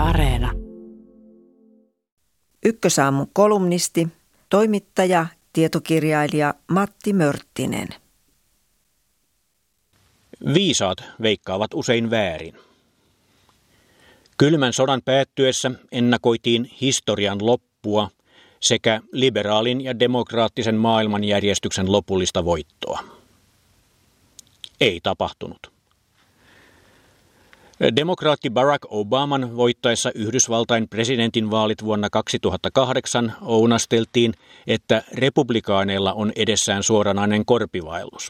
Areena. Ykkösaamun kolumnisti, toimittaja, tietokirjailija Matti Mörttinen. Viisaat veikkaavat usein väärin. Kylmän sodan päättyessä ennakoitiin historian loppua sekä liberaalin ja demokraattisen maailmanjärjestyksen lopullista voittoa. Ei tapahtunut. Demokraatti Barack Obaman voittaessa Yhdysvaltain presidentinvaalit vuonna 2008 ounasteltiin, että republikaaneilla on edessään suoranainen korpivaellus.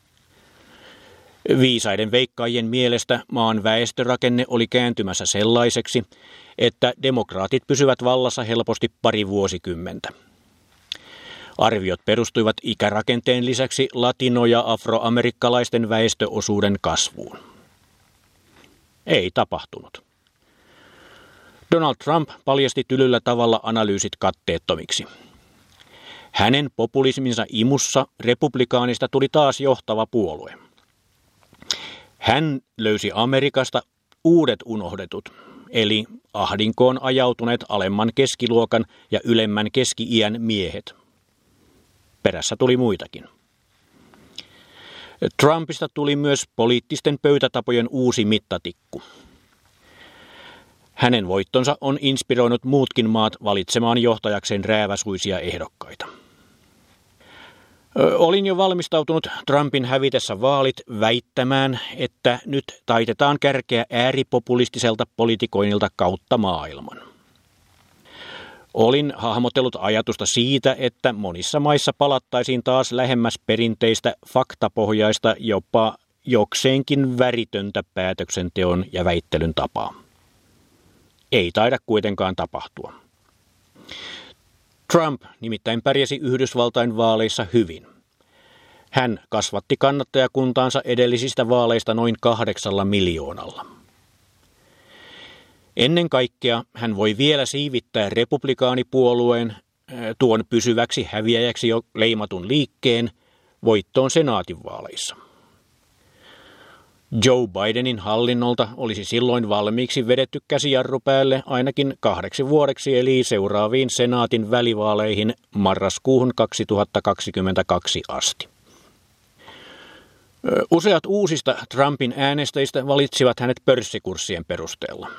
Viisaiden veikkaajien mielestä maan väestörakenne oli kääntymässä sellaiseksi, että demokraatit pysyvät vallassa helposti pari vuosikymmentä. Arviot perustuivat ikärakenteen lisäksi latino- ja afroamerikkalaisten väestöosuuden kasvuun. Ei tapahtunut. Donald Trump paljasti tylyllä tavalla analyysit katteettomiksi. Hänen populisminsa imussa republikaanista tuli taas johtava puolue. Hän löysi Amerikasta uudet unohdetut, eli ahdinkoon ajautuneet alemman keskiluokan ja ylemmän keski-iän miehet. Perässä tuli muitakin. Trumpista tuli myös poliittisten pöytätapojen uusi mittatikku. Hänen voittonsa on inspiroinut muutkin maat valitsemaan johtajakseen rääväsuisia ehdokkaita. Olin jo valmistautunut Trumpin hävitessä vaalit väittämään, että nyt taitetaan kärkeä ääripopulistiselta politikoinnilta kautta maailman. Olin hahmotellut ajatusta siitä, että monissa maissa palattaisiin taas lähemmäs perinteistä faktapohjaista, jopa jokseenkin väritöntä päätöksenteon ja väittelyn tapaa. Ei taida kuitenkaan tapahtua. Trump nimittäin pärjäsi Yhdysvaltain vaaleissa hyvin. Hän kasvatti kannattajakuntaansa edellisistä vaaleista noin 8 miljoonalla. Ennen kaikkea hän voi vielä siivittää republikaanipuolueen, tuon pysyväksi häviäjäksi jo leimatun liikkeen, voittoon senaatinvaaleissa. Joe Bidenin hallinnolta olisi silloin valmiiksi vedetty käsijarru päälle ainakin 8 vuodeksi eli seuraaviin senaatin välivaaleihin marraskuuhun 2022 asti. Useat uusista Trumpin äänestäjistä valitsivat hänet pörssikurssien perusteella.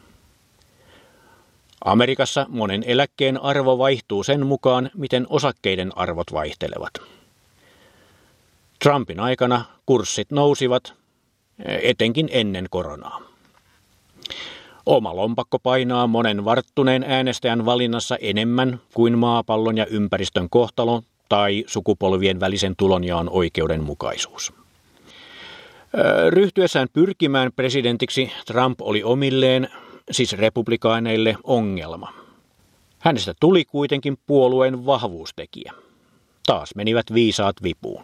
Amerikassa monen eläkkeen arvo vaihtuu sen mukaan, miten osakkeiden arvot vaihtelevat. Trumpin aikana kurssit nousivat, etenkin ennen koronaa. Oma lompakko painaa monen varttuneen äänestäjän valinnassa enemmän kuin maapallon ja ympäristön kohtalo tai sukupolvien välisen tulonjaon oikeudenmukaisuus. Ryhtyessään pyrkimään presidentiksi Trump oli omilleen, siis republikaaneille, ongelma. Hänestä tuli kuitenkin puolueen vahvuustekijä. Taas menivät viisaat vipuun.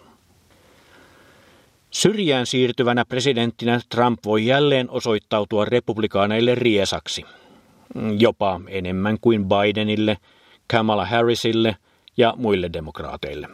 Syrjään siirtyvänä presidenttinä Trump voi jälleen osoittautua republikaaneille riesaksi, jopa enemmän kuin Bidenille, Kamala Harrisille ja muille demokraateille.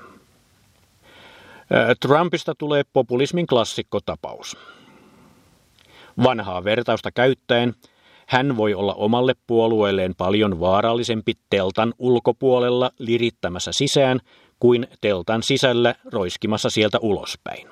Trumpista tulee populismin klassikkotapaus. Vanhaa vertausta käyttäen hän voi olla omalle puolueelleen paljon vaarallisempi teltan ulkopuolella lirittämässä sisään kuin teltan sisällä roiskimassa sieltä ulospäin.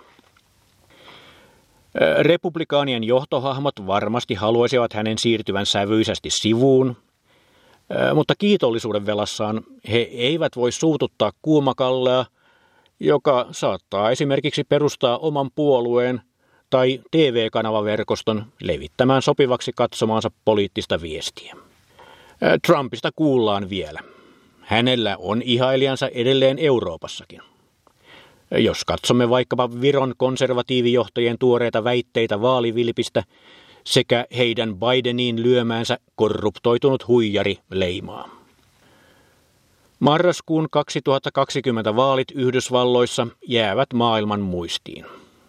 Republikaanien johtohahmot varmasti haluaisivat hänen siirtyvän sävyisesti sivuun, mutta kiitollisuuden velassaan he eivät voi suututtaa kuumakallea, joka saattaa esimerkiksi perustaa oman puolueen tai TV-kanavaverkoston levittämään sopivaksi katsomaansa poliittista viestiä. Trumpista kuullaan vielä. Hänellä on ihailijansa edelleen Euroopassakin. Jos katsomme vaikkapa Viron konservatiivijohtajien tuoreita väitteitä vaalivilpistä sekä heidän Bideniin lyömäänsä korruptoitunut huijari leimaa. Marraskuun 2020 vaalit Yhdysvalloissa jäävät maailman muistiin.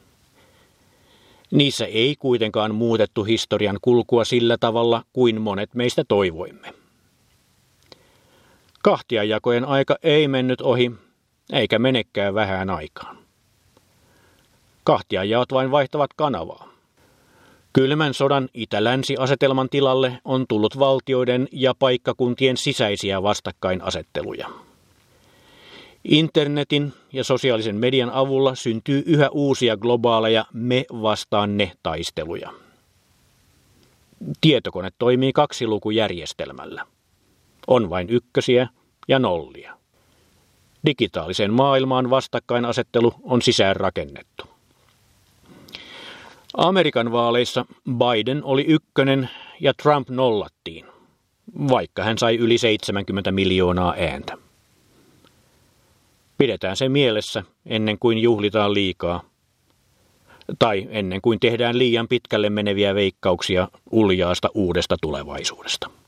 Niissä ei kuitenkaan muutettu historian kulkua sillä tavalla kuin monet meistä toivoimme. Kahtiajakojen aika ei mennyt ohi, eikä menekään vähään aikaan. Kahtiajaot vain vaihtavat kanavaa. Kylmän sodan itä-länsi-asetelman tilalle on tullut valtioiden ja paikkakuntien sisäisiä vastakkainasetteluja. Internetin ja sosiaalisen median avulla syntyy yhä uusia globaaleja me vastaan ne taisteluja. Tietokone toimii kaksilukujärjestelmällä. On vain ykkösiä ja nollia. Digitaaliseen maailmaan vastakkainasettelu on sisäänrakennettu. Amerikan vaaleissa Biden oli ykkönen ja Trump nollattiin, vaikka hän sai yli 70 miljoonaa ääntä. Pidetään se mielessä ennen kuin juhlitaan liikaa, tai ennen kuin tehdään liian pitkälle meneviä veikkauksia uljaasta uudesta tulevaisuudesta.